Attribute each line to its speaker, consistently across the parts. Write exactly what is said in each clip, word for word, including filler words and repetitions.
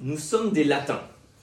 Speaker 1: Nous sommes des latins.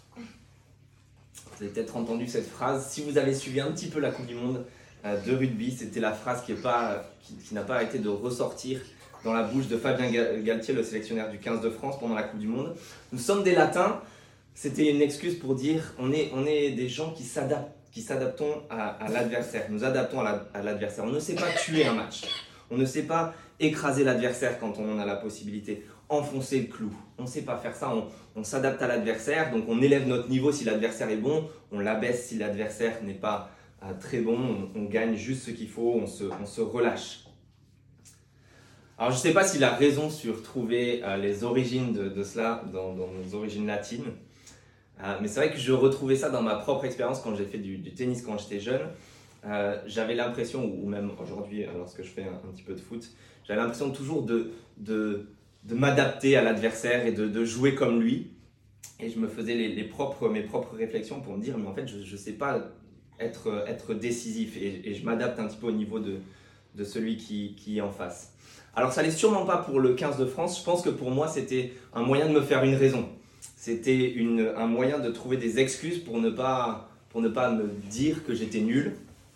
Speaker 1: Vous avez peut-être entendu cette phrase. Si vous avez suivi un petit peu la Coupe du Monde euh, de rugby, c'était la phrase qui, est pas, qui, qui n'a pas arrêté de ressortir dans la bouche de Fabien Galtier, le sélectionneur du quinze de France pendant la Coupe du Monde. Nous sommes des latins. C'était une excuse pour dire on est, on est des gens qui s'adaptent, qui s'adaptons à, à l'adversaire. Nous adaptons à, la, à l'adversaire. On ne sait pas tuer un match. On ne sait pas écraser l'adversaire quand on en a la possibilité. Enfoncer le clou. On ne sait pas faire ça. On, on s'adapte à l'adversaire. Donc on élève notre niveau si l'adversaire est bon. On l'abaisse si l'adversaire n'est pas euh, très bon. On, on gagne juste ce qu'il faut. On se, on se relâche. Alors je ne sais pas s'il a raison sur trouver euh, les origines de, de cela dans, dans nos origines latines. Euh, mais c'est vrai que je retrouvais ça dans ma propre expérience quand j'ai fait du, du tennis quand j'étais jeune. Euh, j'avais l'impression, ou même aujourd'hui lorsque je fais un, un petit peu de foot, j'avais l'impression toujours de, de, de m'adapter à l'adversaire et de, de jouer comme lui. Et je me faisais les, les propres, mes propres réflexions pour me dire, mais en fait, je ne sais pas être, être décisif et, et je m'adapte un petit peu au niveau de, de celui qui, qui est en face. Alors, ça n'allait sûrement pas pour le quinze de France. Je pense que pour moi, c'était un moyen de me faire une raison. C'était une, un moyen de trouver des excuses pour ne pas, pour ne pas me dire que j'étais nul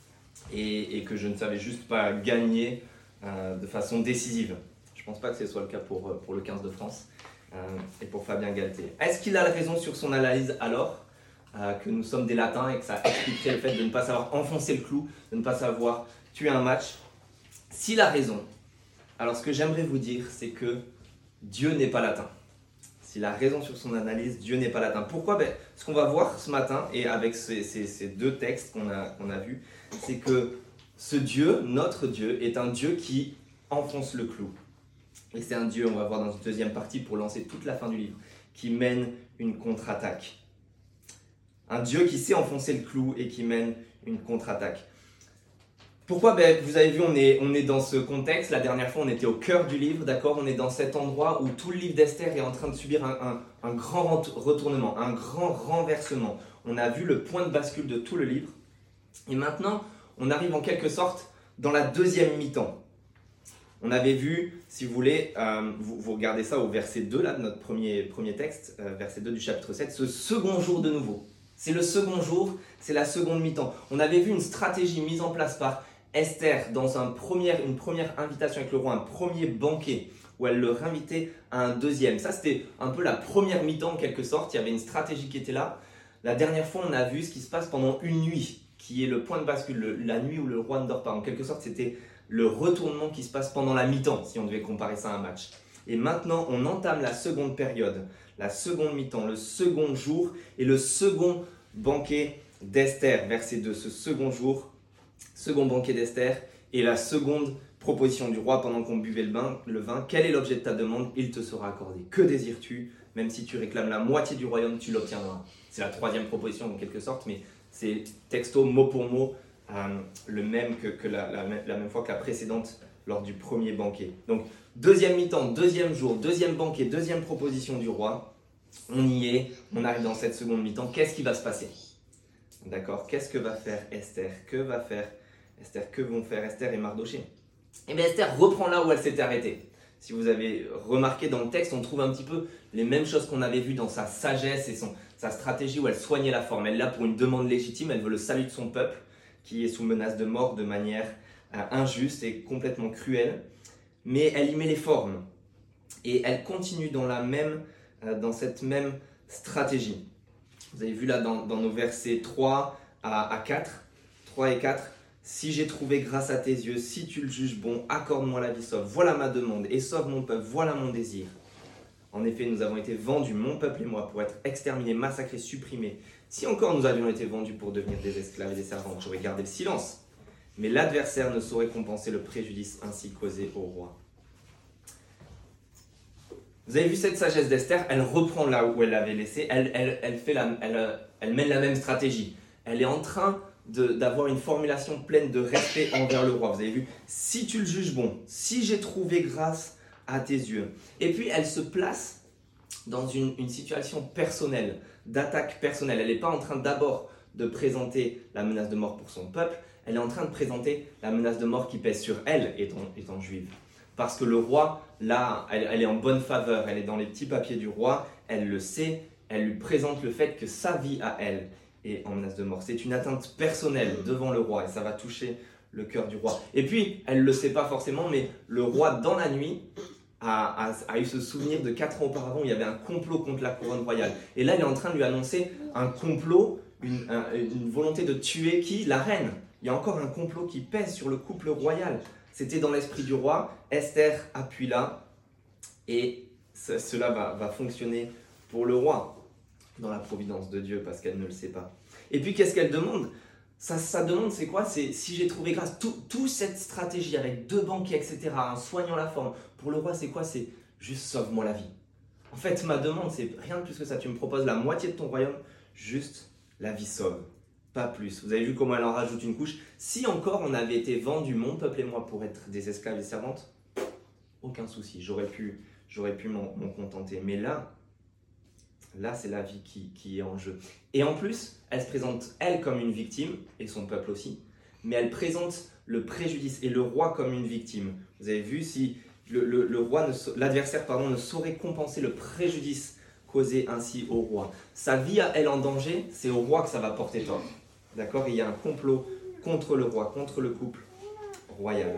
Speaker 1: et, et que je ne savais juste pas gagner euh, de façon décisive. Je ne pense pas que ce soit le cas pour, pour le quinze de France euh, et pour Fabien Galtier. Est-ce qu'il a raison sur son analyse alors euh, que nous sommes des latins et que ça expliquerait le fait de ne pas savoir enfoncer le clou, de ne pas savoir tuer un match? S'il a raison, alors ce que j'aimerais vous dire, c'est que Dieu n'est pas latin. S'il a raison sur son analyse, Dieu n'est pas latin. Pourquoi? Ben, ce qu'on va voir ce matin, et avec ces, ces, ces deux textes qu'on a, qu'on a vus, c'est que ce Dieu, notre Dieu, est un Dieu qui enfonce le clou. Et c'est un Dieu, on va voir dans une deuxième partie pour lancer toute la fin du livre, qui mène une contre-attaque. Un Dieu qui sait enfoncer le clou et qui mène une contre-attaque. Pourquoi? Ben, vous avez vu, on est, on est dans ce contexte. La dernière fois, on était au cœur du livre, d'accord? On est dans cet endroit où tout le livre d'Esther est en train de subir un, un, un grand retournement, un grand renversement. On a vu le point de bascule de tout le livre. Et maintenant, on arrive en quelque sorte dans la deuxième mi-temps. On avait vu, si vous voulez, euh, vous, vous regardez ça au verset deux, là, de notre premier, premier texte, euh, verset deux du chapitre sept, ce second jour de nouveau. C'est le second jour, c'est la seconde mi-temps. On avait vu une stratégie mise en place par Esther, dans un premier, une première invitation avec le roi, un premier banquet, où elle le réinvitait à un deuxième. Ça, c'était un peu la première mi-temps en quelque sorte. Il y avait une stratégie qui était là. La dernière fois, on a vu ce qui se passe pendant une nuit, qui est le point de bascule, le, la nuit où le roi ne dort pas. En quelque sorte, c'était le retournement qui se passe pendant la mi-temps, si on devait comparer ça à un match. Et maintenant, on entame la seconde période, la seconde mi-temps, le second jour et le second banquet d'Esther, verset deux, ce second jour. Second banquet d'Esther et la seconde proposition du roi pendant qu'on buvait le, bain, le vin. Quel est l'objet de ta demande? Il te sera accordé. Que désires-tu? Même si tu réclames la moitié du royaume, tu l'obtiendras. C'est la troisième proposition en quelque sorte, mais c'est texto mot pour mot euh, le même que, que la, la, la même fois que la précédente lors du premier banquet. Donc deuxième mi-temps, deuxième jour, deuxième banquet, deuxième proposition du roi. On y est, on arrive dans cette seconde mi-temps. Qu'est-ce qui va se passer? D'accord? Qu'est-ce que va faire Esther? Que va faire Esther? Que vont faire Esther et Mardoché? Eh bien, Esther reprend là où elle s'était arrêtée. Si vous avez remarqué dans le texte, on trouve un petit peu les mêmes choses qu'on avait vues dans sa sagesse et son, sa stratégie où elle soignait la forme. Elle est là pour une demande légitime, elle veut le salut de son peuple qui est sous menace de mort de manière euh, injuste et complètement cruelle. Mais elle y met les formes et elle continue dans, la même, euh, dans cette même stratégie. Vous avez vu là dans, dans nos versets trois à quatre, trois et quatre, « Si j'ai trouvé grâce à tes yeux, si tu le juges bon, accorde-moi la vie sauve. Voilà ma demande et sauve mon peuple, voilà mon désir. En effet, nous avons été vendus, mon peuple et moi, pour être exterminés, massacrés, supprimés. Si encore nous avions été vendus pour devenir des esclaves et des servantes, j'aurais gardé le silence. Mais l'adversaire ne saurait compenser le préjudice ainsi causé au roi. » Vous avez vu cette sagesse d'Esther, elle reprend là où elle l'avait laissé, elle, elle, elle, fait la, elle, elle mène la même stratégie. Elle est en train de, d'avoir une formulation pleine de respect envers le roi. Vous avez vu, si tu le juges bon, si j'ai trouvé grâce à tes yeux. Et puis elle se place dans une, une situation personnelle, d'attaque personnelle. Elle n'est pas en train d'abord de présenter la menace de mort pour son peuple, elle est en train de présenter la menace de mort qui pèse sur elle, étant, étant juive. Parce que le roi, là, elle, elle est en bonne faveur, elle est dans les petits papiers du roi, elle le sait, elle lui présente le fait que sa vie à elle est en menace de mort. C'est une atteinte personnelle devant le roi et ça va toucher le cœur du roi. Et puis, elle ne le sait pas forcément, mais le roi, dans la nuit, a, a, a eu ce souvenir de quatre ans auparavant où il y avait un complot contre la couronne royale. Et là, il est en train de lui annoncer un complot, une, un, une volonté de tuer qui? La reine. Il y a encore un complot qui pèse sur le couple royal. C'était dans l'esprit du roi. Esther appuie là. Et ce, cela va, va fonctionner pour le roi, dans la providence de Dieu, parce qu'elle ne le sait pas. Et puis, qu'est-ce qu'elle demande? Ça, ça demande, c'est quoi? C'est si j'ai trouvé grâce. Toute tout cette stratégie avec deux banquiers, et cetera, en soignant la forme. Pour le roi, c'est quoi? C'est juste sauve-moi la vie. En fait, ma demande, c'est rien de plus que ça. Tu me proposes la moitié de ton royaume, juste la vie sauve. Pas plus. Vous avez vu comment elle en rajoute une couche? Si encore on avait été vendus, mon peuple et moi, pour être des esclaves et servantes, aucun souci. J'aurais pu, j'aurais pu m'en contenter. Mais là, Là, c'est la vie qui, qui est en jeu. Et en plus, elle se présente, elle, comme une victime, et son peuple aussi, mais elle présente le préjudice et le roi comme une victime. Vous avez vu, si le, le, le roi, l'adversaire, pardon, ne saurait compenser le préjudice causé ainsi au roi. Sa vie à elle en danger, c'est au roi que ça va porter tort. D'accord? Il y a un complot contre le roi, contre le couple royal.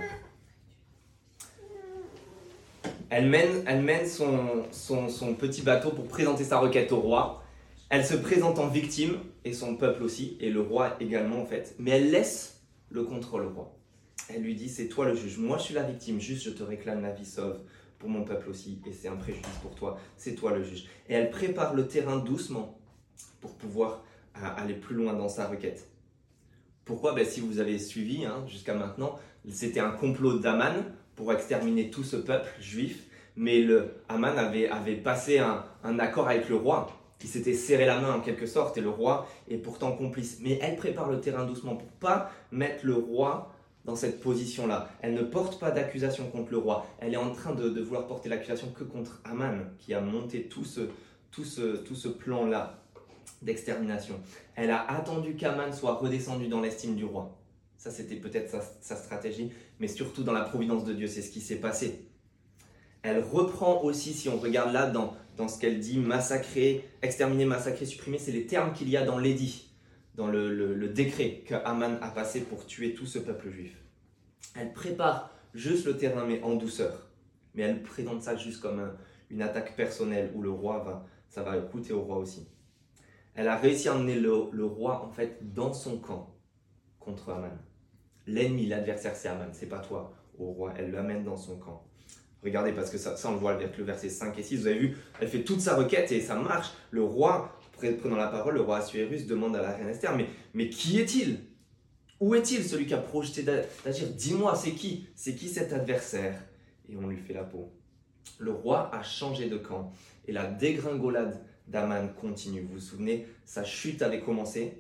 Speaker 1: Elle mène, elle mène son, son, son petit bateau pour présenter sa requête au roi. Elle se présente en victime, et son peuple aussi, et le roi également en fait. Mais elle laisse le contrôle au roi. Elle lui dit, c'est toi le juge. Moi je suis la victime, juste je te réclame la vie sauve pour mon peuple aussi. Et c'est un préjudice pour toi, c'est toi le juge. Et elle prépare le terrain doucement pour pouvoir euh, aller plus loin dans sa requête. Pourquoi? Ben, si vous avez suivi hein, jusqu'à maintenant, c'était un complot d'Aman pour exterminer tout ce peuple juif, mais le Haman avait, avait passé un, un accord avec le roi, qui s'était serré la main en quelque sorte, et le roi est pourtant complice. Mais elle prépare le terrain doucement pour ne pas mettre le roi dans cette position-là. Elle ne porte pas d'accusation contre le roi, elle est en train de, de vouloir porter l'accusation que contre Haman, qui a monté tout ce, tout ce, tout ce plan-là d'extermination. Elle a attendu qu'Haman soit redescendu dans l'estime du roi. Ça, c'était peut-être sa, sa stratégie, mais surtout dans la providence de Dieu, c'est ce qui s'est passé. Elle reprend aussi, si on regarde là, dans, dans ce qu'elle dit, massacrer, exterminer, massacrer, supprimer, c'est les termes qu'il y a dans l'édit, dans le, le, le décret que Haman a passé pour tuer tout ce peuple juif. Elle prépare juste le terrain, mais en douceur. Mais elle présente ça juste comme un, une attaque personnelle, où le roi va, ça va coûter au roi aussi. Elle a réussi à emmener le, le roi, en fait, dans son camp, contre Haman. L'ennemi, l'adversaire, c'est Haman, c'est pas toi, au roi. Elle l'amène dans son camp. Regardez, parce que ça, ça on le voit avec le verset cinq et six, vous avez vu, elle fait toute sa requête et ça marche. Le roi, prenant la parole, le roi Assuérus demande à la reine Esther, mais, mais qui est-il? Où est-il celui qui a projeté d'agir? Dis-moi, c'est qui? C'est qui cet adversaire? Et on lui fait la peau. Le roi a changé de camp et la dégringolade d'Haman continue. Vous vous souvenez, sa chute avait commencé.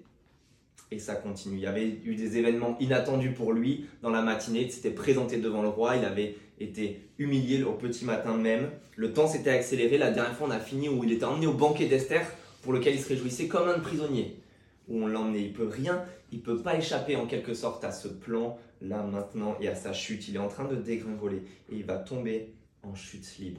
Speaker 1: Et ça continue. Il y avait eu des événements inattendus pour lui dans la matinée. Il s'était présenté devant le roi. Il avait été humilié au petit matin même. Le temps s'était accéléré. La dernière fois, on a fini où il était emmené au banquet d'Esther pour lequel il se réjouissait comme un prisonnier. Où on l'emmenait. Il ne peut rien, il ne peut pas échapper en quelque sorte à ce plan là maintenant et à sa chute. Il est en train de dégringoler et il va tomber en chute libre.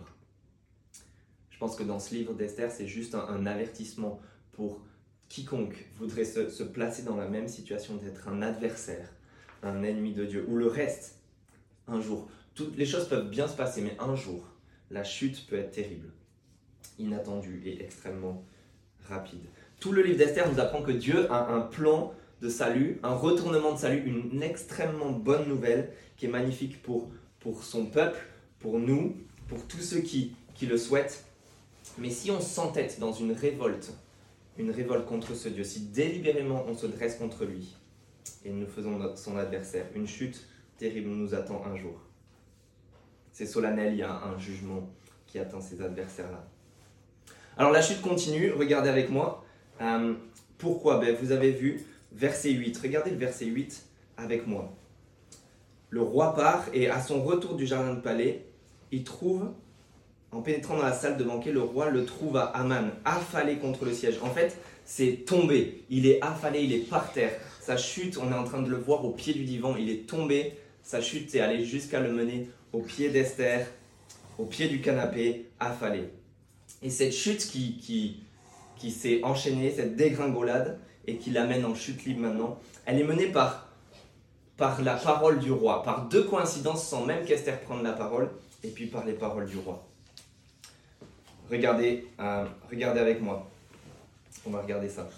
Speaker 1: Je pense que dans ce livre d'Esther, c'est juste un, un avertissement pour quiconque voudrait se, se placer dans la même situation d'être un adversaire, un ennemi de Dieu, ou le reste, un jour. Toutes les choses peuvent bien se passer, mais un jour, la chute peut être terrible, inattendue et extrêmement rapide. Tout le livre d'Esther nous apprend que Dieu a un plan de salut, un retournement de salut, une extrêmement bonne nouvelle qui est magnifique pour, pour son peuple, pour nous, pour tous ceux qui, qui le souhaitent. Mais si on s'entête dans une révolte, une révolte contre ce Dieu, si délibérément on se dresse contre lui et nous faisons son adversaire, une chute terrible nous attend un jour. C'est solennel, il y a un jugement qui attend ces adversaires-là. Alors la chute continue, regardez avec moi. Euh, pourquoi? Ben, vous avez vu verset huit, regardez le verset huit avec moi. Le roi part et à son retour du jardin de palais, il trouve... En pénétrant dans la salle de banquet, le roi le trouve à Haman, affalé contre le siège. En fait, c'est tombé. Il est affalé, il est par terre. Sa chute, on est en train de le voir au pied du divan. Il est tombé. Sa chute est allée jusqu'à le mener au pied d'Esther, au pied du canapé, affalé. Et cette chute qui, qui, qui s'est enchaînée, cette dégringolade, et qui l'amène en chute libre maintenant, elle est menée par, par la parole du roi, par deux coïncidences sans même qu'Esther prenne la parole, et puis par les paroles du roi. Regardez, euh, regardez avec moi. On va regarder ça.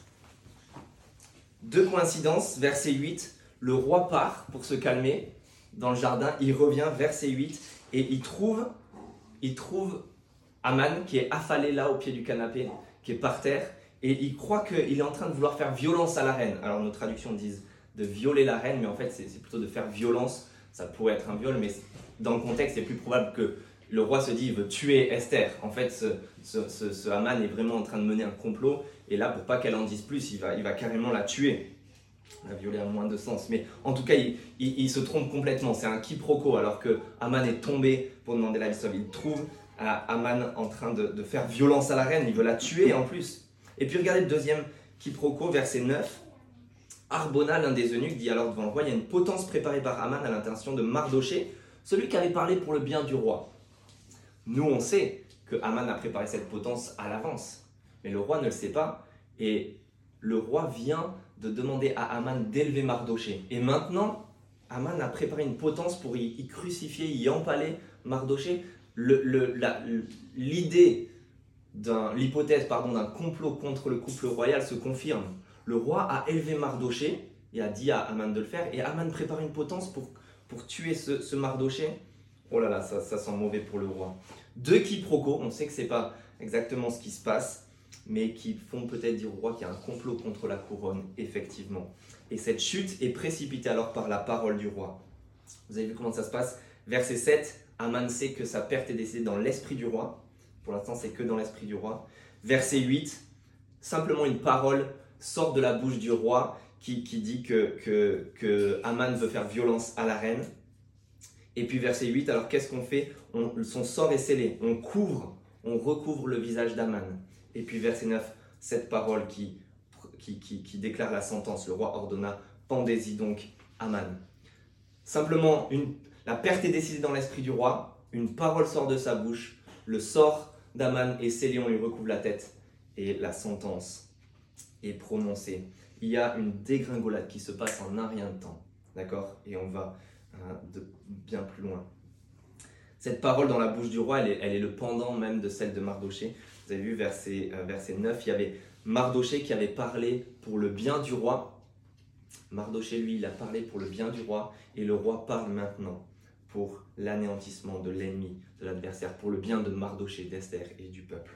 Speaker 1: Deux coïncidences, verset huit, le roi part pour se calmer dans le jardin, il revient, verset huit, et il trouve, il trouve Aman qui est affalé là au pied du canapé, qui est par terre, et il croit qu'il est en train de vouloir faire violence à la reine. Alors nos traductions disent de violer la reine, mais en fait c'est, c'est plutôt de faire violence, ça pourrait être un viol, mais dans le contexte c'est plus probable que le roi se dit il veut tuer Esther. En fait ce, ce, ce, ce Aman est vraiment en train de mener un complot, et là pour pas qu'elle en dise plus, il va, il va carrément la tuer. La violer a moins de sens, mais en tout cas il, il, il se trompe complètement, c'est un quiproquo, alors que Aman est tombé pour demander la vie sauve. Il trouve euh, Aman en train de, de faire violence à la reine, il veut la tuer en plus. Et puis regardez le deuxième quiproquo, verset neuf. Harbona, l'un des eunuques, dit alors devant le roi, il y a une potence préparée par Aman à l'intention de Mardoché, celui qui avait parlé pour le bien du roi. Nous on sait que Aman a préparé cette potence à l'avance, mais le roi ne le sait pas, et le roi vient de demander à Aman d'élever Mardoché. Et maintenant, Aman a préparé une potence pour y, y crucifier, y empaler Mardoché. Le, le, la, l'idée, d'un, l'hypothèse pardon, d'un complot contre le couple royal se confirme. Le roi a élevé Mardoché et a dit à Aman de le faire, et Aman prépare une potence pour, pour tuer ce, ce Mardoché. Oh là là, ça, ça sent mauvais pour le roi. Deux quiproquos, on sait que ce n'est pas exactement ce qui se passe, mais qui font peut-être dire au roi qu'il y a un complot contre la couronne, effectivement. Et cette chute est précipitée alors par la parole du roi. Vous avez vu comment ça se passe? Verset sept, Aman sait que sa perte est décidée dans l'esprit du roi. Pour l'instant, c'est que dans l'esprit du roi. Verset huit, simplement une parole sort de la bouche du roi qui, qui dit que, que, que Aman veut faire violence à la reine. Et puis verset huit, alors qu'est-ce qu'on fait? on, Son sort est scellé, on couvre, on recouvre le visage d'Aman. Et puis verset neuf, cette parole qui, qui, qui, qui déclare la sentence. Le roi ordonna, pendez-y donc Aman. Simplement, une, la perte est décidée dans l'esprit du roi, une parole sort de sa bouche, le sort d'Aman est scellé, on lui recouvre la tête, et la sentence est prononcée. Il y a une dégringolade qui se passe en un rien de temps, d'accord? Et on va euh, de bien plus loin. Cette parole dans la bouche du roi, elle est, elle est le pendant même de celle de Mardoché. Vous avez vu, verset, euh, verset neuf, il y avait Mardoché qui avait parlé pour le bien du roi. Mardoché, lui, il a parlé pour le bien du roi, et le roi parle maintenant pour l'anéantissement de l'ennemi, de l'adversaire, pour le bien de Mardoché, d'Esther et du peuple.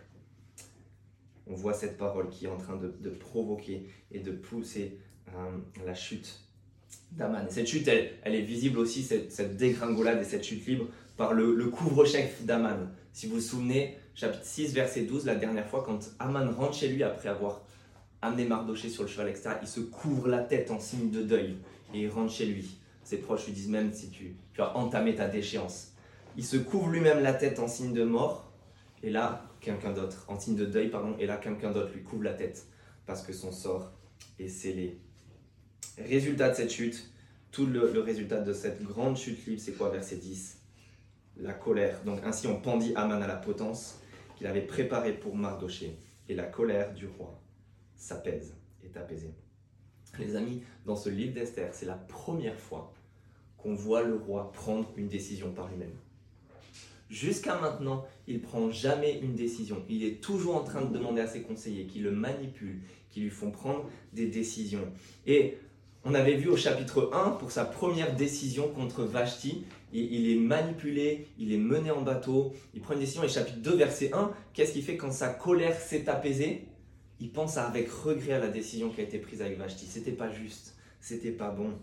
Speaker 1: On voit cette parole qui est en train de, de provoquer et de pousser euh, la chute d'Aman. Cette chute, elle, elle est visible aussi, cette, cette dégringolade et cette chute libre, par le, le couvre-chef d'Aman. Si vous vous souvenez, chapitre six, verset douze, la dernière fois, quand Aman rentre chez lui après avoir amené Mardoché sur le cheval extérieur, il se couvre la tête en signe de deuil et il rentre chez lui. Ses proches lui disent même si tu, tu as entamé ta déchéance. Il se couvre lui-même la tête en signe de mort, et là, quelqu'un d'autre, en signe de deuil, pardon, et là, quelqu'un d'autre lui couvre la tête parce que son sort est scellé. Résultat de cette chute, tout le, le résultat de cette grande chute libre, c'est quoi? Verset dix. La colère. Donc ainsi on pendit Aman à la potence qu'il avait préparée pour Mardoché, et la colère du roi s'apaise, est apaisée. Les amis, dans ce livre d'Esther, c'est la première fois qu'on voit le roi prendre une décision par lui-même. Jusqu'à maintenant, il ne prend jamais une décision. Il est toujours en train de demander à ses conseillers qui le manipulent, qui lui font prendre des décisions. Et on avait vu au chapitre un, pour sa première décision contre Vashti, il est manipulé, il est mené en bateau, il prend une décision. Et chapitre deux, verset un, qu'est-ce qu'il fait quand sa colère s'est apaisée? Il pense avec regret à la décision qui a été prise avec Vashti. C'était pas juste, c'était pas bon.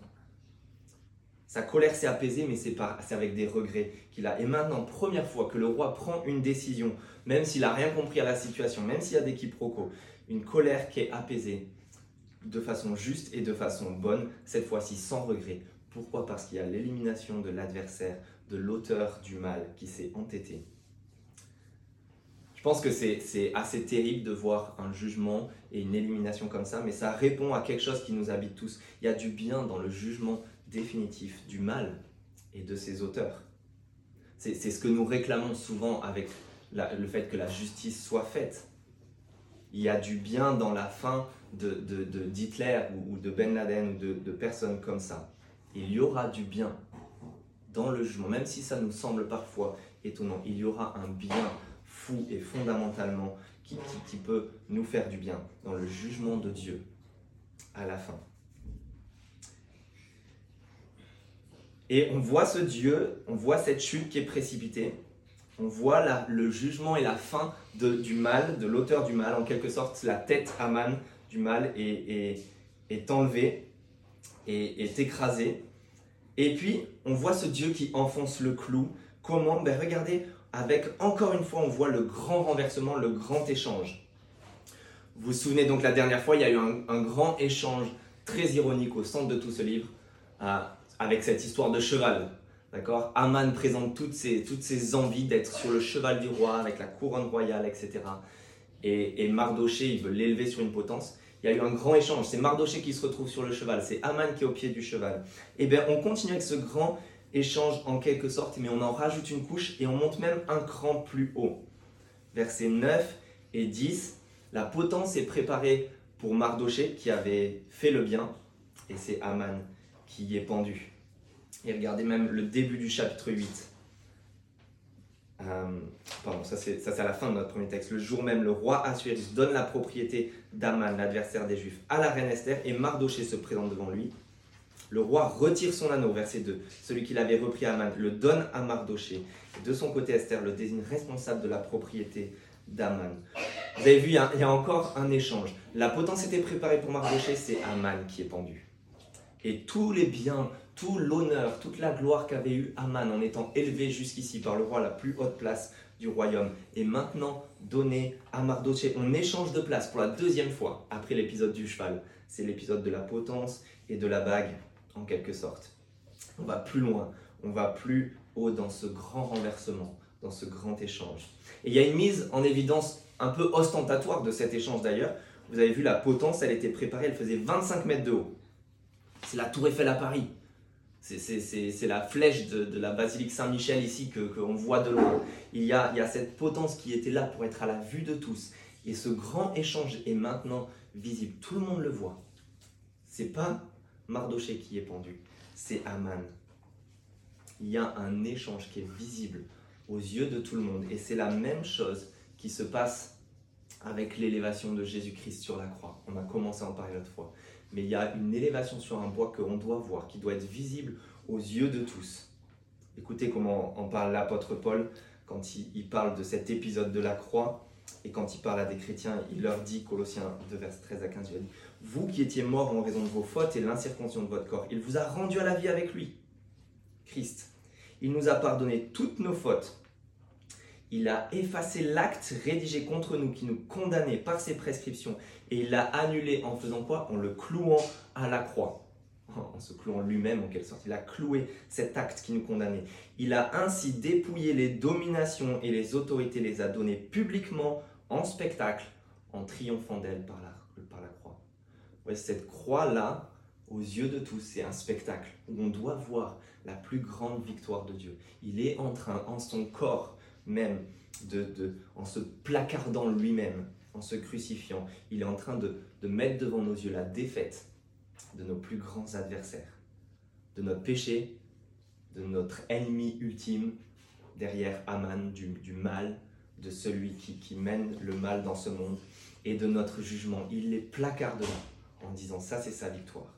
Speaker 1: Sa colère s'est apaisée, mais c'est, pas, c'est avec des regrets qu'il a. Et maintenant, première fois que le roi prend une décision, même s'il n'a rien compris à la situation, même s'il y a des quiproquos, une colère qui est apaisée de façon juste et de façon bonne, cette fois-ci sans regret. Pourquoi? Parce qu'il y a l'élimination de l'adversaire, de l'auteur du mal qui s'est entêté. Je pense que c'est, c'est assez terrible de voir un jugement et une élimination comme ça, mais ça répond à quelque chose qui nous habite tous. Il y a du bien dans le jugement définitif du mal et de ses auteurs. C'est, c'est ce que nous réclamons souvent avec la, le fait que la justice soit faite. il y a du bien dans la fin de, de, de, d'Hitler ou, ou de Ben Laden ou de, de personnes comme ça. Il y aura du bien dans le jugement, même si ça nous semble parfois étonnant. Il y aura un bien fou et fondamentalement qui, qui, qui peut nous faire du bien dans le jugement de Dieu à la fin. Et on voit ce Dieu, on voit cette chute qui est précipitée, on voit la, le jugement et la fin de, du mal, de l'auteur du mal, en quelque sorte la tête Aman du mal est, est, est enlevée, est, est écrasée. Et puis on voit ce Dieu qui enfonce le clou. Comment? Ben regardez, avec encore une fois on voit le grand renversement, le grand échange. Vous vous souvenez donc la dernière fois, il y a eu un, un grand échange très ironique au centre de tout ce livre, euh, avec cette histoire de cheval. D'accord? Aman présente toutes ses, toutes ses envies d'être sur le cheval du roi, avec la couronne royale, et cetera. Et, et Mardoché, il veut l'élever sur une potence. Il y a eu un grand échange. C'est Mardoché qui se retrouve sur le cheval, c'est Aman qui est au pied du cheval. Et bien on continue avec ce grand échange en quelque sorte, mais on en rajoute une couche et on monte même un cran plus haut. Versets neuf et dix, la potence est préparée pour Mardoché qui avait fait le bien, et c'est Aman qui y est pendu. Et regardez même le début du chapitre huit. Euh, pardon, ça c'est, ça c'est à la fin de notre premier texte. Le jour même, le roi Assuérus donne la propriété d'Aman, l'adversaire des Juifs, à la reine Esther, et Mardoché se présente devant lui. Le roi retire son anneau, verset deux. Celui qu'il avait repris à Aman le donne à Mardoché. De son côté, Esther le désigne responsable de la propriété d'Aman. Vous avez vu, il y, a, il y a encore un échange. La potence était préparée pour Mardoché, c'est Aman qui est pendu. Et tous les biens, tout l'honneur, toute la gloire qu'avait eu Aman en étant élevé jusqu'ici par le roi à la plus haute place du royaume est maintenant donné à Mardoché. On échange de place pour la deuxième fois après l'épisode du cheval. C'est l'épisode de la potence et de la bague, en quelque sorte. On va plus loin, on va plus haut dans ce grand renversement, dans ce grand échange. Et il y a une mise en évidence un peu ostentatoire de cet échange d'ailleurs. Vous avez vu la potence, elle était préparée, elle faisait vingt-cinq mètres de haut. C'est la tour Eiffel à Paris. C'est, c'est, c'est, c'est la flèche de, de la basilique Saint-Michel ici que, qu'on voit de loin. Il y, a, il y a cette potence qui était là pour être à la vue de tous. Et ce grand échange est maintenant visible. Tout le monde le voit. C'est pas Mardoché qui est pendu, c'est Aman. Il y a un échange qui est visible aux yeux de tout le monde. Et c'est la même chose qui se passe avec l'élévation de Jésus-Christ sur la croix. On a commencé à en parler l'autre fois. Mais il y a une élévation sur un bois qu'on doit voir, qui doit être visible aux yeux de tous. Écoutez comment en parle l'apôtre Paul quand il, il parle de cet épisode de la croix et quand il parle à des chrétiens, il leur dit, Colossiens deux, versets treize à quinze, il dit « Vous qui étiez morts en raison de vos fautes et l'incirconcision de votre corps, il vous a rendu à la vie avec lui, Christ. Il nous a pardonné toutes nos fautes. Il a effacé l'acte rédigé contre nous qui nous condamnait par ses prescriptions et il l'a annulé en faisant quoi? En le clouant à la croix. En se clouant lui-même en quelque sorte. Il a cloué cet acte qui nous condamnait. Il a ainsi dépouillé les dominations et les autorités, les a données publiquement en spectacle en triomphant d'elles par la, par la croix. Ouais, cette croix-là, aux yeux de tous, c'est un spectacle où on doit voir la plus grande victoire de Dieu. Il est en train, en son corps, même de, de, en se placardant lui-même, en se crucifiant, il est en train de, de mettre devant nos yeux la défaite de nos plus grands adversaires, de notre péché, de notre ennemi ultime, derrière Aman, du, du mal, de celui qui, qui mène le mal dans ce monde, et de notre jugement. Il les placarde là, en disant ça c'est sa victoire.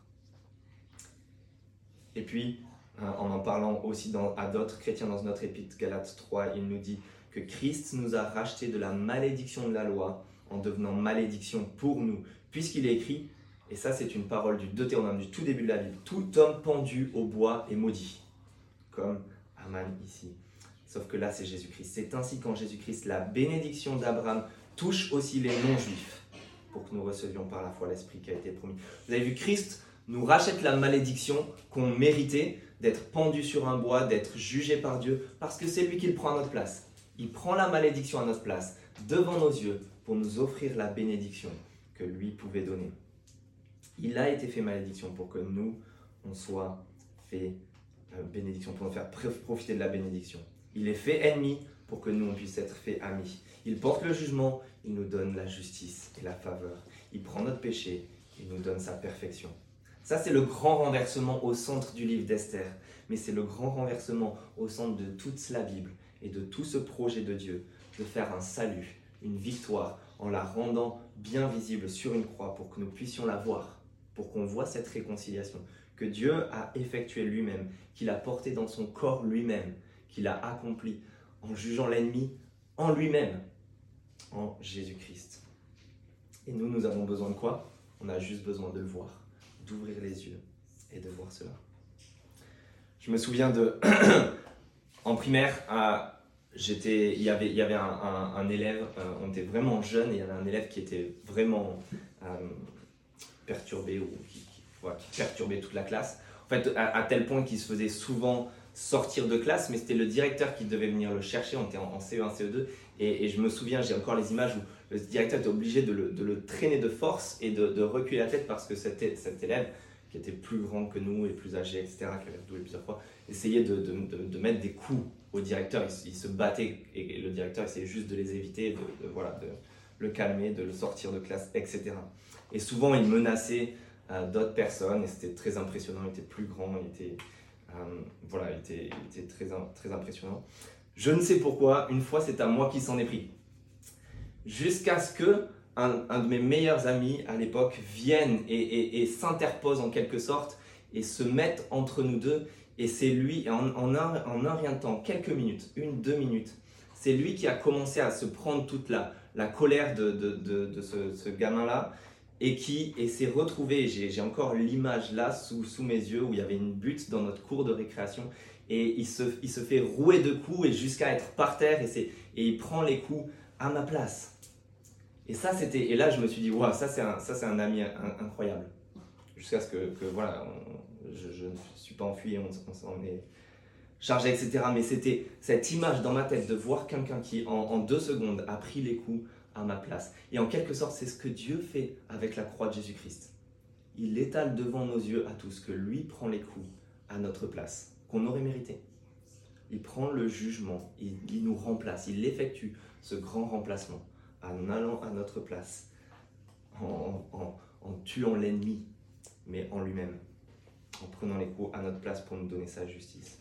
Speaker 1: Et puis, en en parlant aussi dans, à d'autres chrétiens dans notre épître Galates trois, il nous dit que Christ nous a rachetés de la malédiction de la loi en devenant malédiction pour nous, puisqu'il est écrit, et ça c'est une parole du Deutéronome, du tout début de la Bible, tout homme pendu au bois est maudit, comme Aman ici. Sauf que là c'est Jésus-Christ. C'est ainsi qu'en Jésus-Christ, la bénédiction d'Abraham touche aussi les non-juifs, pour que nous recevions par la foi l'Esprit qui a été promis. Vous avez vu, Christ nous rachète la malédiction qu'on méritait, d'être pendu sur un bois, d'être jugé par Dieu, parce que c'est lui qui le prend à notre place. Il prend la malédiction à notre place, devant nos yeux, pour nous offrir la bénédiction que lui pouvait donner. Il a été fait malédiction pour que nous, on soit fait euh, bénédiction, pour nous faire profiter de la bénédiction. Il est fait ennemi pour que nous, on puisse être faits amis. Il porte le jugement, il nous donne la justice et la faveur. Il prend notre péché, il nous donne sa perfection. Ça, c'est le grand renversement au centre du livre d'Esther. Mais c'est le grand renversement au centre de toute la Bible et de tout ce projet de Dieu, de faire un salut, une victoire, en la rendant bien visible sur une croix pour que nous puissions la voir, pour qu'on voit cette réconciliation que Dieu a effectuée lui-même, qu'il a portée dans son corps lui-même, qu'il a accompli en jugeant l'ennemi en lui-même, en Jésus-Christ. Et nous, nous avons besoin de quoi? On a juste besoin de le voir, d'ouvrir les yeux et de voir cela. Je me souviens de, en primaire, à, j'étais, il y avait, il y avait un, un, un élève, euh, on était vraiment jeune, et il y avait un élève qui était vraiment euh, perturbé, ou qui, qui, voilà, qui perturbait toute la classe. En fait, à, à tel point qu'il se faisait souvent sortir de classe, mais c'était le directeur qui devait venir le chercher. On était en, en C E un, C E deux, et, et je me souviens, j'ai encore les images où le directeur était obligé de le, de le traîner de force et de, de reculer la tête parce que cet, cet élève, qui était plus grand que nous et plus âgé, et cetera, qui avait redoublé plusieurs fois, essayait de, de, de, de mettre des coups au directeur. Il, il se battait et le directeur essayait juste de les éviter, de, de, voilà, de le calmer, de le sortir de classe, et cetera. Et souvent, il menaçait euh, d'autres personnes et c'était très impressionnant. Il était plus grand, il était, euh, voilà, il était, il était très, très impressionnant. Je ne sais pourquoi, une fois, c'est à moi qui s'en est pris. Jusqu'à ce que Un, un de mes meilleurs amis à l'époque vienne et, et, et s'interpose en quelque sorte et se mette entre nous deux, et c'est lui, en, en, un, en un rien de temps, quelques minutes, une, deux minutes, c'est lui qui a commencé à se prendre toute la, la colère de, de, de, de ce, ce gamin-là et qui et s'est retrouvé, j'ai, j'ai encore l'image là sous, sous mes yeux où il y avait une butte dans notre cour de récréation et il se, il se fait rouer de coups et jusqu'à être par terre et, c'est, et il prend les coups à ma place. Et ça, c'était, et là, je me suis dit, waouh, ça, c'est un, ça, c'est un ami incroyable. Jusqu'à ce que, que voilà, on, je, je ne suis pas enfui, on, on s'en est chargé, et cetera. Mais c'était cette image dans ma tête de voir quelqu'un qui, en, en deux secondes, a pris les coups à ma place. Et en quelque sorte, c'est ce que Dieu fait avec la croix de Jésus-Christ. Il étale devant nos yeux à tous que lui prend les coups à notre place, qu'on aurait mérité. Il prend le jugement, il, il nous remplace, il effectue ce grand remplacement en allant à notre place, en, en, en tuant l'ennemi, mais en lui-même, en prenant les coups à notre place pour nous donner sa justice.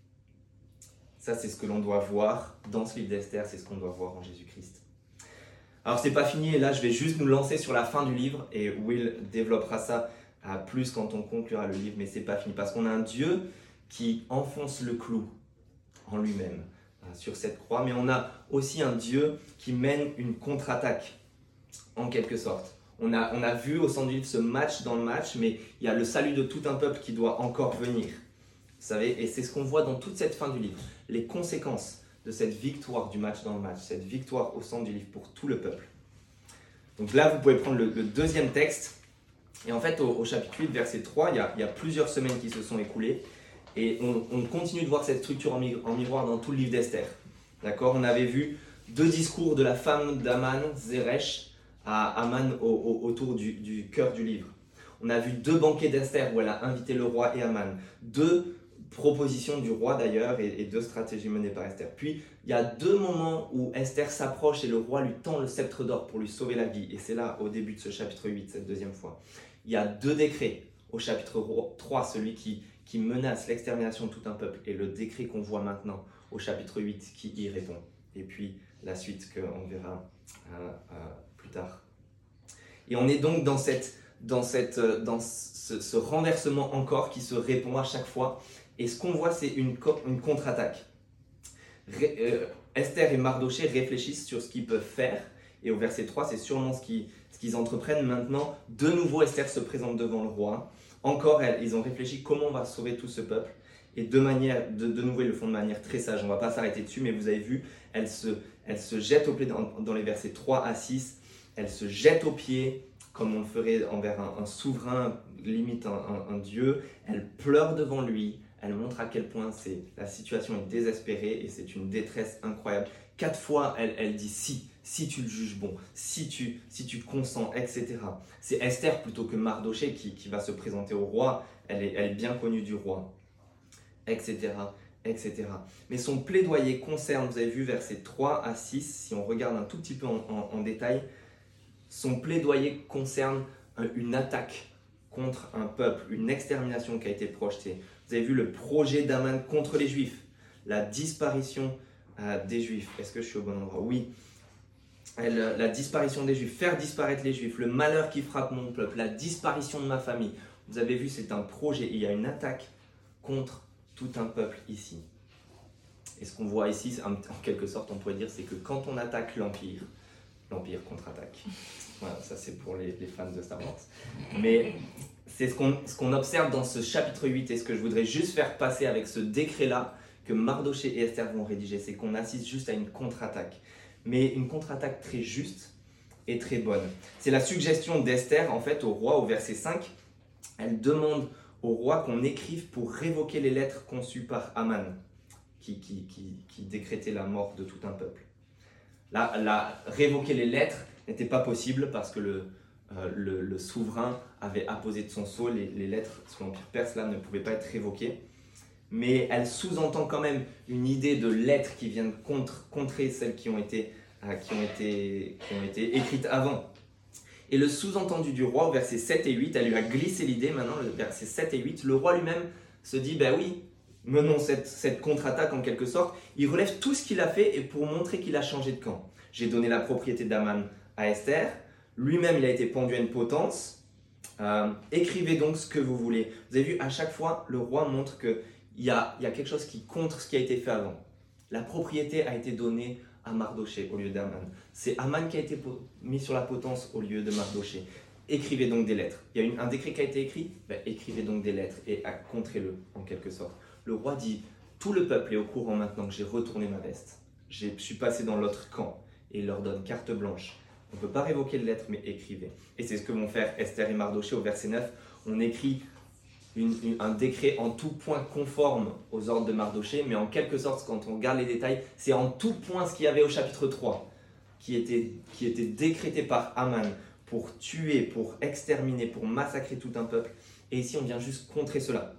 Speaker 1: Ça, c'est ce que l'on doit voir dans ce livre d'Esther, c'est ce qu'on doit voir en Jésus-Christ. Alors, c'est pas fini, et là, je vais juste nous lancer sur la fin du livre, et Will développera ça à plus quand on conclura le livre, mais c'est pas fini, parce qu'on a un Dieu qui enfonce le clou en lui-même sur cette croix, mais on a aussi un Dieu qui mène une contre-attaque, en quelque sorte. On a, on a vu au centre du livre ce match dans le match, mais il y a le salut de tout un peuple qui doit encore venir. Vous savez, et c'est ce qu'on voit dans toute cette fin du livre, les conséquences de cette victoire du match dans le match, cette victoire au centre du livre pour tout le peuple. Donc là, vous pouvez prendre le, le deuxième texte, et en fait, au, au chapitre huit, verset trois, il y, a, il y a plusieurs semaines qui se sont écoulées, et on, on continue de voir cette structure en, mi- en miroir dans tout le livre d'Esther. D'accord ? On avait vu deux discours de la femme d'Aman, Zeresh, à Aman au, au, autour du, du cœur du livre. On a vu deux banquets d'Esther où elle a invité le roi et Aman. Deux propositions du roi d'ailleurs et, et deux stratégies menées par Esther. Puis il y a deux moments où Esther s'approche et le roi lui tend le sceptre d'or pour lui sauver la vie. Et c'est là, au début de ce chapitre huit, cette deuxième fois. Il y a deux décrets au chapitre trois, celui qui qui menace l'extermination de tout un peuple, et le décret qu'on voit maintenant au chapitre huit qui y répond. Et puis la suite qu'on verra euh, euh, plus tard. Et on est donc dans, cette, dans, cette, dans ce, ce renversement encore qui se répond à chaque fois. Et ce qu'on voit, c'est une, une contre-attaque. Ré, euh, Esther et Mardoché réfléchissent sur ce qu'ils peuvent faire. Et au verset trois, c'est sûrement ce qu'ils, ce qu'ils entreprennent maintenant. De nouveau, Esther se présente devant le roi. Encore, ils ont réfléchi comment on va sauver tout ce peuple. Et de, manière, de, de nouveau, ils le font de manière très sage. On ne va pas s'arrêter dessus, mais vous avez vu, elle se, elle se jette aux pieds dans, dans les versets trois à six. Elle se jette aux pieds, comme on le ferait envers un, un souverain, limite un, un, un dieu. Elle pleure devant lui. Elle montre à quel point c'est, la situation est désespérée et c'est une détresse incroyable. Quatre fois, elle, elle dit si, si tu le juges bon, si tu, si tu consens, et cetera. C'est Esther plutôt que Mardoché qui, qui va se présenter au roi. Elle est, elle est bien connue du roi, et cetera, et cetera. Mais son plaidoyer concerne, vous avez vu versets trois à six, si on regarde un tout petit peu en, en, en détail, son plaidoyer concerne une attaque contre un peuple, une extermination qui a été projetée. Vous avez vu le projet d'Aman contre les Juifs, la disparition euh, des Juifs. Est-ce que je suis au bon endroit? Oui. Elle, la disparition des Juifs, faire disparaître les Juifs, le malheur qui frappe mon peuple, la disparition de ma famille. Vous avez vu, c'est un projet. Il y a une attaque contre tout un peuple ici. Et ce qu'on voit ici, en quelque sorte, on pourrait dire, c'est que quand on attaque l'Empire, l'Empire contre-attaque. Voilà, ça c'est pour les, les fans de Star Wars. Mais c'est ce qu'on, ce qu'on observe dans ce chapitre huit, et ce que je voudrais juste faire passer avec ce décret-là que Mardoché et Esther vont rédiger, c'est qu'on assiste juste à une contre-attaque. Mais une contre-attaque très juste et très bonne. C'est la suggestion d'Esther, en fait, au roi, au verset cinq. Elle demande au roi qu'on écrive pour révoquer les lettres conçues par Aman, qui, qui, qui, qui décrétait la mort de tout un peuple. Là, là, révoquer les lettres n'était pas possible parce que le, euh, le, le souverain avait apposé de son sceau les, les lettres sous l'Empire perse, là, ne pouvaient pas être révoquées. Mais elle sous-entend quand même une idée de lettres qui viennent contre, contrer celles qui ont, été, euh, qui, ont été, qui ont été écrites avant. Et le sous-entendu du roi, au verset sept et huit, elle lui a glissé l'idée, maintenant, le verset sept et huit, le roi lui-même se dit, ben oui, menons cette, cette contre-attaque en quelque sorte. Il relève tout ce qu'il a fait et pour montrer qu'il a changé de camp. J'ai donné la propriété d'Aman à Esther, lui-même il a été pendu à une potence. Euh, écrivez donc ce que vous voulez. Vous avez vu, à chaque fois, le roi montre qu'il y a, il y a quelque chose qui contre ce qui a été fait avant. La propriété a été donnée à Mardoché au lieu d'Aman. C'est Aman qui a été mis sur la potence au lieu de Mardoché. Écrivez donc des lettres. Il y a une, un décret qui a été écrit, ben, écrivez donc des lettres et contrez-le en quelque sorte. Le roi dit, tout le peuple est au courant maintenant que j'ai retourné ma veste. Je suis passé dans l'autre camp et il leur donne carte blanche. On ne peut pas révoquer les lettres, mais écrivez. Et c'est ce que vont faire Esther et Mardoché au verset neuf. On écrit une, une, un décret en tout point conforme aux ordres de Mardoché, mais en quelque sorte, quand on regarde les détails, c'est en tout point ce qu'il y avait au chapitre trois, qui était, qui était décrété par Aman pour tuer, pour exterminer, pour massacrer tout un peuple. Et ici, on vient juste contrer cela.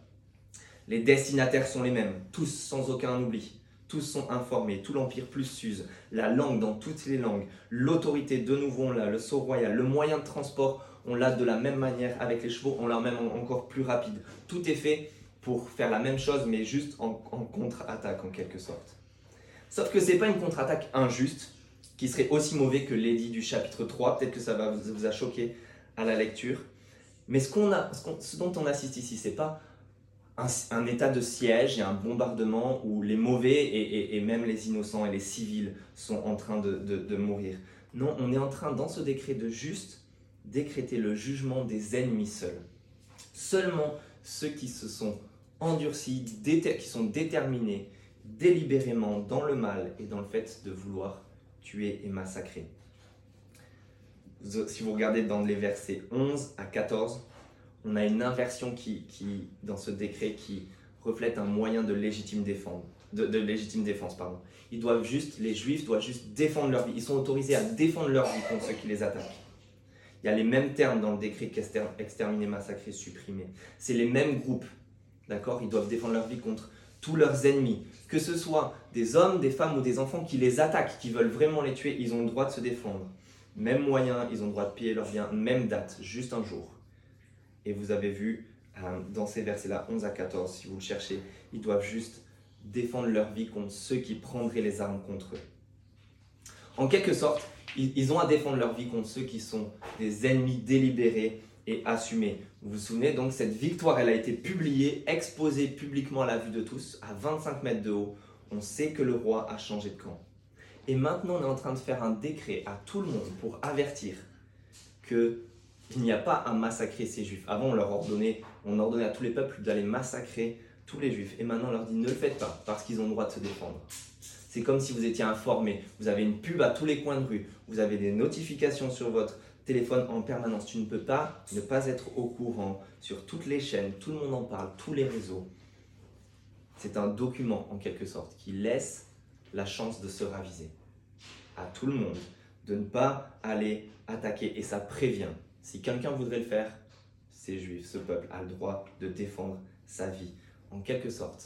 Speaker 1: Les destinataires sont les mêmes, tous sans aucun oubli. Tous sont informés, tout l'Empire plus s'use, la langue dans toutes les langues, l'autorité de nouveau on l'a, le sceau royal, le moyen de transport on l'a de la même manière avec les chevaux, on l'a même encore plus rapide. Tout est fait pour faire la même chose mais juste en, en contre-attaque en quelque sorte. Sauf que ce n'est pas une contre-attaque injuste qui serait aussi mauvais que l'édit du chapitre trois, peut-être que ça va vous, vous a choqué à la lecture. Mais ce, qu'on a, ce, qu'on, ce dont on assiste ici, ce n'est pas Un, un état de siège et un bombardement où les mauvais et, et, et même les innocents et les civils sont en train de, de, de mourir. Non, on est en train, dans ce décret, de juste décréter le jugement des ennemis seuls. Seulement ceux qui se sont endurcis, déter, qui sont déterminés délibérément dans le mal et dans le fait de vouloir tuer et massacrer. Si vous regardez dans les versets onze à quatorze, on a une inversion qui, qui, dans ce décret qui reflète un moyen de légitime défense. De, de légitime défense pardon. Ils doivent juste, les Juifs doivent juste défendre leur vie. Ils sont autorisés à défendre leur vie contre ceux qui les attaquent. Il y a les mêmes termes dans le décret qu'exterminer, massacrer, supprimer. C'est les mêmes groupes, d'accord ? Ils doivent défendre leur vie contre tous leurs ennemis. Que ce soit des hommes, des femmes ou des enfants qui les attaquent, qui veulent vraiment les tuer, ils ont le droit de se défendre. Même moyen, ils ont le droit de piller leurs biens, même date, juste un jour. Et vous avez vu euh, dans ces versets-là, onze à quatorze, si vous le cherchez, ils doivent juste défendre leur vie contre ceux qui prendraient les armes contre eux. En quelque sorte, ils, ils ont à défendre leur vie contre ceux qui sont des ennemis délibérés et assumés. Vous vous souvenez, donc cette victoire, elle a été publiée, exposée publiquement à la vue de tous, à vingt-cinq mètres de haut. On sait que le roi a changé de camp. Et maintenant, on est en train de faire un décret à tout le monde pour avertir que il n'y a pas à massacrer ces Juifs. Avant, on leur ordonnait, on ordonnait à tous les peuples d'aller massacrer tous les Juifs. Et maintenant, on leur dit ne le faites pas, parce qu'ils ont le droit de se défendre. C'est comme si vous étiez informé. Vous avez une pub à tous les coins de rue. Vous avez des notifications sur votre téléphone en permanence. Tu ne peux pas ne pas être au courant sur toutes les chaînes. Tout le monde en parle, tous les réseaux. C'est un document, en quelque sorte, qui laisse la chance de se raviser à tout le monde, de ne pas aller attaquer. Et ça prévient. Si quelqu'un voudrait le faire, ces Juifs, ce peuple a le droit de défendre sa vie. En quelque sorte,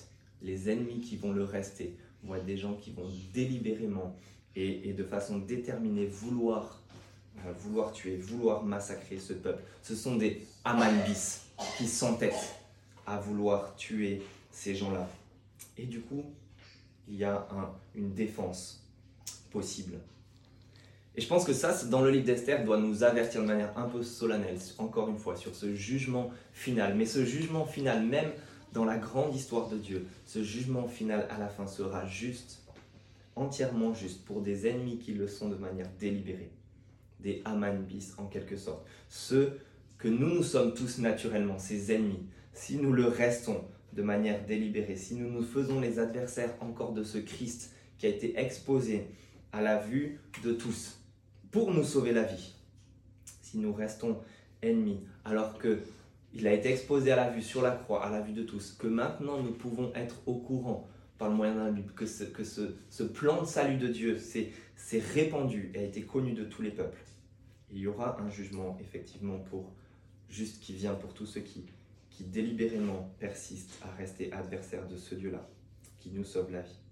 Speaker 1: Les ennemis qui vont le rester vont être des gens qui vont délibérément et, et de façon déterminée vouloir, euh, vouloir tuer, vouloir massacrer ce peuple. Ce sont des Aman bis qui s'entêtent à vouloir tuer ces gens-là. Et du coup, il y a un, une défense possible. Et je pense que ça, dans le livre d'Esther, doit nous avertir de manière un peu solennelle, encore une fois, sur ce jugement final. Mais ce jugement final, même dans la grande histoire de Dieu, ce jugement final à la fin sera juste, entièrement juste, pour des ennemis qui le sont de manière délibérée. Des Aman bis en quelque sorte. Ceux que nous, nous sommes tous naturellement, ces ennemis, si nous le restons de manière délibérée, si nous nous faisons les adversaires encore de ce Christ qui a été exposé à la vue de tous pour nous sauver la vie, si nous restons ennemis alors qu'il a été exposé à la vue sur la croix, à la vue de tous, que maintenant nous pouvons être au courant par le moyen d'un Bible, que ce, que ce, ce plan de salut de Dieu s'est répandu et a été connu de tous les peuples. Il y aura un jugement effectivement pour juste qui vient pour tous ceux qui qui délibérément persistent à rester adversaires de ce Dieu-là, qui nous sauve la vie.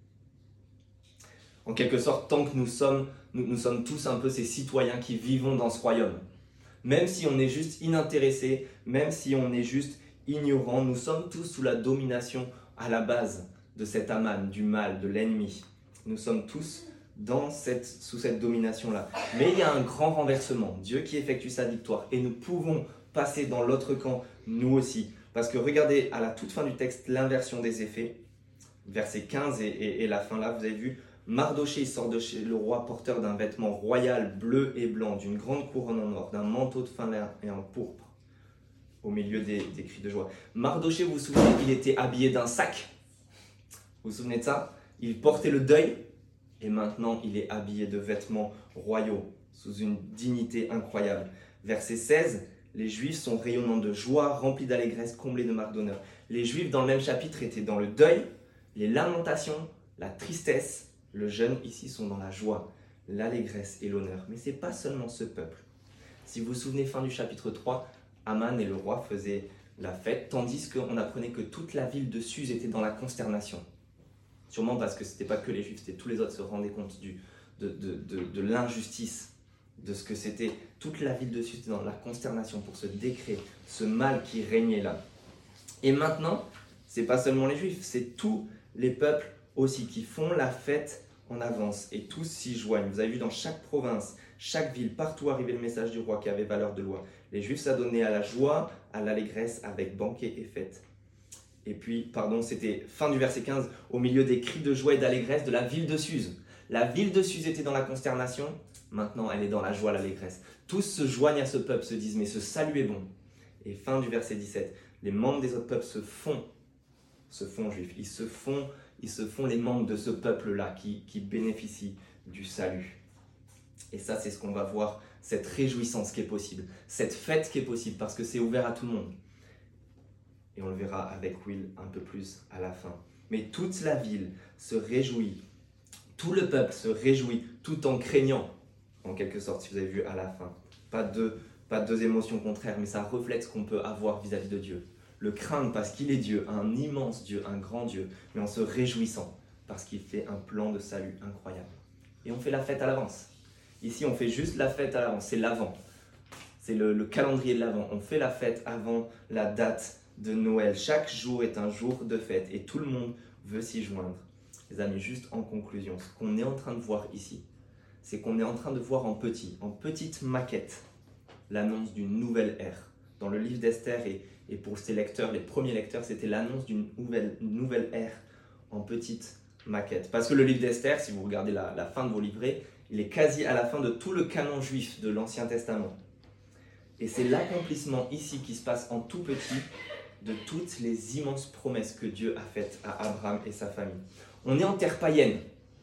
Speaker 1: En quelque sorte, tant que nous sommes, nous, nous sommes tous un peu ces citoyens qui vivons dans ce royaume. Même si on est juste inintéressés, même si on est juste ignorants, nous sommes tous sous la domination à la base de cet Aman, du mal, de l'ennemi. Nous sommes tous dans cette, sous cette domination-là. Mais il y a un grand renversement, Dieu qui effectue sa victoire, et nous pouvons passer dans l'autre camp, nous aussi. Parce que regardez à la toute fin du texte l'inversion des effets, verset quinze et, et, et la fin là, vous avez vu, Mardoché sort de chez le roi porteur d'un vêtement royal bleu et blanc, d'une grande couronne en or, d'un manteau de fin lin et en pourpre, au milieu des, des cris de joie. Mardoché, vous vous souvenez, il était habillé d'un sac. Vous vous souvenez de ça? Il portait le deuil et maintenant il est habillé de vêtements royaux, sous une dignité incroyable. Verset seize, les Juifs sont rayonnants de joie, remplis d'allégresse, comblés de marques d'honneur. Les Juifs, dans le même chapitre, étaient dans le deuil, les lamentations, la tristesse. Le jeune, ici, sont dans la joie, l'allégresse et l'honneur. Mais ce n'est pas seulement ce peuple. Si vous vous souvenez, fin du chapitre trois, Aman et le roi faisaient la fête, tandis qu'on apprenait que toute la ville de Suse était dans la consternation. Sûrement parce que ce n'était pas que les Juifs, c'était tous les autres se rendaient compte du, de, de, de, de l'injustice de ce que c'était. Toute la ville de Suse était dans la consternation pour ce décret, ce mal qui régnait là. Et maintenant, ce n'est pas seulement les Juifs, c'est tous les peuples aussi qui font la fête en avance et tous s'y joignent. Vous avez vu dans chaque province, chaque ville, partout arrivait le message du roi qui avait valeur de loi. Les Juifs s'adonnaient à la joie, à l'allégresse avec banquets et fêtes. Et puis, pardon, c'était fin du verset quinze, au milieu des cris de joie et d'allégresse de la ville de Suse. La ville de Suse était dans la consternation, maintenant elle est dans la joie, l'allégresse. Tous se joignent à ce peuple, se disent, mais ce salut est bon. Et fin du verset dix-sept, les membres des autres peuples se font, se font juifs, ils se font, ils se font les membres de ce peuple-là qui, qui bénéficie du salut. Et ça, c'est ce qu'on va voir, cette réjouissance qui est possible, cette fête qui est possible, parce que c'est ouvert à tout le monde. Et on le verra avec Will un peu plus à la fin. Mais toute la ville se réjouit, tout le peuple se réjouit, tout en craignant, en quelque sorte, si vous avez vu à la fin. Pas deux, pas deux émotions contraires, mais ça reflète ce qu'on peut avoir vis-à-vis de Dieu. Le craindre parce qu'il est Dieu, un immense Dieu, un grand Dieu, mais en se réjouissant parce qu'il fait un plan de salut incroyable. Et on fait la fête à l'avance. Ici, on fait juste la fête à l'avance, c'est l'avant. C'est le, le calendrier de l'avant. On fait la fête avant la date de Noël. Chaque jour est un jour de fête et tout le monde veut s'y joindre. Les amis, juste en conclusion, ce qu'on est en train de voir ici, c'est qu'on est en train de voir en petit, en petite maquette, l'annonce d'une nouvelle ère. Dans le livre d'Esther et, et pour ces lecteurs, les premiers lecteurs, c'était l'annonce d'une nouvelle, nouvelle ère en petite maquette. Parce que le livre d'Esther, si vous regardez la, la fin de vos livrets, il est quasi à la fin de tout le canon juif de l'Ancien Testament. Et c'est l'accomplissement ici qui se passe en tout petit de toutes les immenses promesses que Dieu a faites à Abraham et sa famille. On est en terre païenne,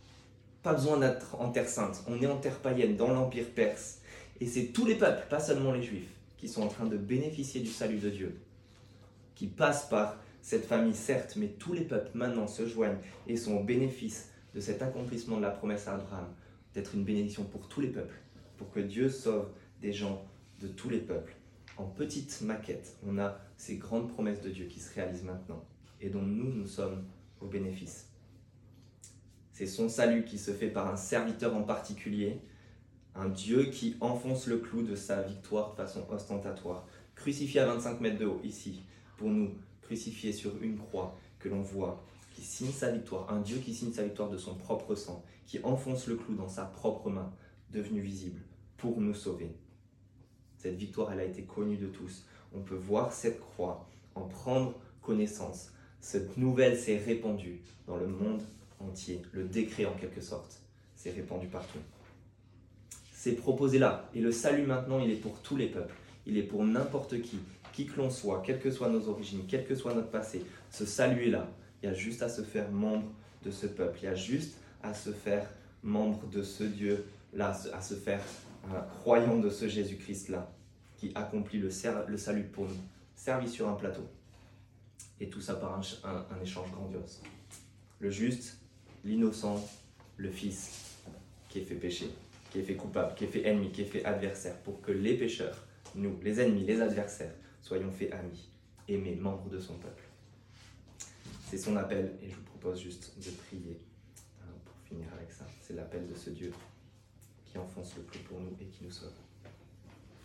Speaker 1: pas besoin d'être en terre sainte, on est en terre païenne dans l'Empire perse. Et c'est tous les peuples, pas seulement les Juifs, qui sont en train de bénéficier du salut de Dieu, qui passent par cette famille certes, mais tous les peuples maintenant se joignent et sont au bénéfice de cet accomplissement de la promesse à Abraham, d'être une bénédiction pour tous les peuples, pour que Dieu sauve des gens de tous les peuples. En petite maquette, on a ces grandes promesses de Dieu qui se réalisent maintenant et dont nous, nous sommes au bénéfice. C'est son salut qui se fait par un serviteur en particulier, un Dieu qui enfonce le clou de sa victoire de façon ostentatoire, crucifié à vingt-cinq mètres de haut, ici, pour nous, crucifié sur une croix que l'on voit, qui signe sa victoire, un Dieu qui signe sa victoire de son propre sang, qui enfonce le clou dans sa propre main, devenu visible, pour nous sauver. Cette victoire, elle a été connue de tous. On peut voir cette croix, en prendre connaissance. Cette nouvelle s'est répandue dans le monde entier. Le décret, en quelque sorte, s'est répandu partout. C'est proposé là. Et le salut, maintenant, il est pour tous les peuples. Il est pour n'importe qui, qui que l'on soit, quelles que soient nos origines, quel que soit notre passé. Ce salut est là. Il y a juste à se faire membre de ce peuple. Il y a juste à se faire membre de ce Dieu-là, à se faire euh, croyant de ce Jésus-Christ-là, qui accomplit le, ser- le salut pour nous, servi sur un plateau. Et tout ça par un, un, un échange grandiose. Le juste, l'innocent, le Fils qui est fait péché, qui est fait coupable, qui est fait ennemi, qui est fait adversaire, pour que les pécheurs, nous, les ennemis, les adversaires, soyons faits amis, aimés, membres de son peuple. C'est son appel, et je vous propose juste de prier pour finir avec ça. C'est l'appel de ce Dieu qui enfonce le clou pour nous et qui nous sauve.